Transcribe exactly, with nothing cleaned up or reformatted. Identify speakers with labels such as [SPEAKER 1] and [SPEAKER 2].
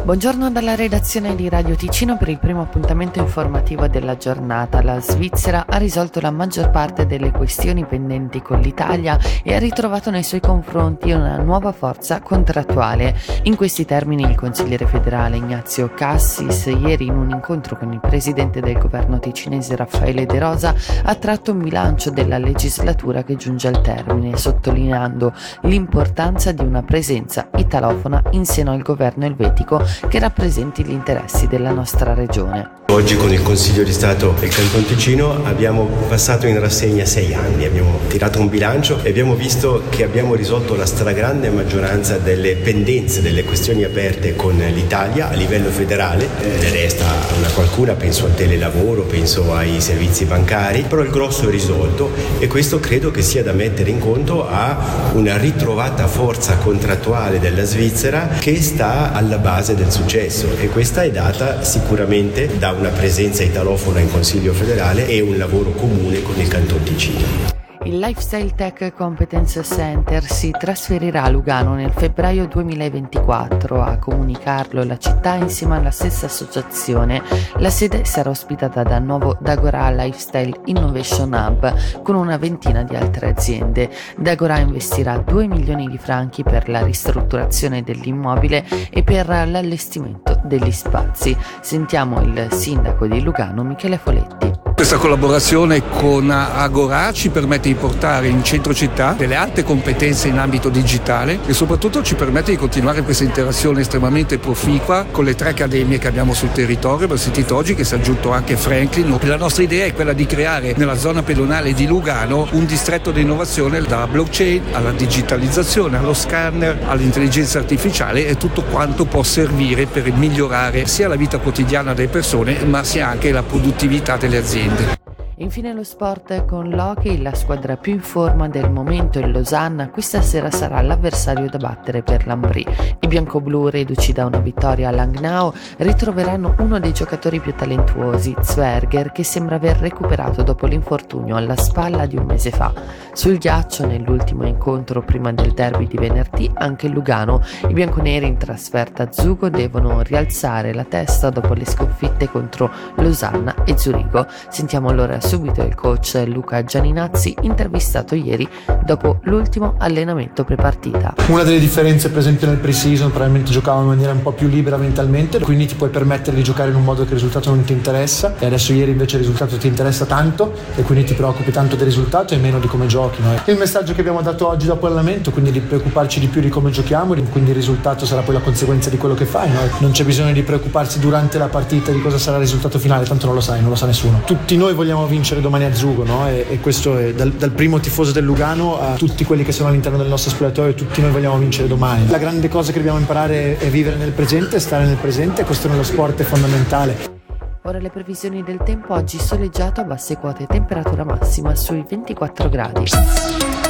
[SPEAKER 1] Buongiorno dalla redazione di Radio Ticino. Per il primo appuntamento informativo della giornata, la Svizzera ha risolto la maggior parte delle questioni pendenti con l'Italia e ha ritrovato nei suoi confronti una nuova forza contrattuale. In questi termini il consigliere federale Ignazio Cassis, ieri in un incontro con il presidente del governo ticinese Raffaele De Rosa, ha tratto un bilancio della legislatura che giunge al termine, sottolineando l'importanza di una presenza italofona in seno al governo elvetico che rappresenti gli interessi della nostra regione.
[SPEAKER 2] Oggi con il Consiglio di Stato del Canton Ticino abbiamo passato in rassegna sei anni, abbiamo tirato un bilancio e abbiamo visto che abbiamo risolto la stragrande maggioranza delle pendenze, delle questioni aperte con l'Italia a livello federale. Ne resta una qualcuna, penso al telelavoro, penso ai servizi bancari, però il grosso è risolto e questo credo che sia da mettere in conto a una ritrovata forza contrattuale della Svizzera che sta alla base del successo, e questa è data sicuramente da una presenza italofona in Consiglio federale e un lavoro comune con il Canton Ticino.
[SPEAKER 1] Il Lifestyle Tech Competence Center si trasferirà a Lugano nel febbraio duemilaventiquattro. A comunicarlo la città insieme alla stessa associazione. La sede sarà ospitata dal nuovo Dagora Lifestyle Innovation Hub con una ventina di altre aziende. Dagora investirà due milioni di franchi per la ristrutturazione dell'immobile e per l'allestimento degli spazi. Sentiamo il sindaco di Lugano, Michele Foletti.
[SPEAKER 3] Questa collaborazione con Agora ci permette di portare in centro città delle alte competenze in ambito digitale e soprattutto ci permette di continuare questa interazione estremamente proficua con le tre accademie che abbiamo sul territorio. Abbiamo sentito oggi che si è aggiunto anche Franklin. La nostra idea è quella di creare nella zona pedonale di Lugano un distretto di innovazione da blockchain alla digitalizzazione, allo scanner, all'intelligenza artificiale e tutto quanto può servire per migliorare sia la vita quotidiana delle persone ma sia anche la produttività delle aziende.
[SPEAKER 1] Infine lo sport con l'hockey, la squadra più in forma del momento in Losanna questa sera sarà l'avversario da battere per l'Ambrì. I biancoblù, reduci da una vittoria a Langnau, ritroveranno uno dei giocatori più talentuosi, Zwerger, che sembra aver recuperato dopo l'infortunio alla spalla di un mese fa. Sul ghiaccio, nell'ultimo incontro prima del derby di venerdì, anche Lugano, i bianconeri in trasferta a Zugo devono rialzare la testa dopo le sconfitte contro Losanna e Zurigo. Sentiamo allora subito il coach Luca Gianinazzi, intervistato ieri dopo l'ultimo allenamento prepartita.
[SPEAKER 4] Una delle differenze, per esempio nel pre-season probabilmente giocavo in maniera un po' più libera mentalmente, quindi ti puoi permettere di giocare in un modo che il risultato non ti interessa, e adesso ieri invece il risultato ti interessa tanto e quindi ti preoccupi tanto del risultato e meno di come giochi, no? Il messaggio che abbiamo dato oggi dopo l'allenamento, quindi di preoccuparci di più di come giochiamo, quindi il risultato sarà poi la conseguenza di quello che fai, no? Non c'è bisogno di preoccuparsi durante la partita di cosa sarà il risultato finale, tanto non lo sai, non lo sa nessuno. Tutti noi vogliamo vincere domani a Zugo, no? E, e questo è dal, dal primo tifoso del Lugano a tutti quelli che sono all'interno del nostro spogliatoio, tutti noi vogliamo vincere domani. La grande cosa che dobbiamo imparare è vivere nel presente, stare nel presente, questo nello sport è fondamentale.
[SPEAKER 1] Ora le previsioni del tempo: oggi soleggiato a basse quote, temperatura massima sui ventiquattro gradi.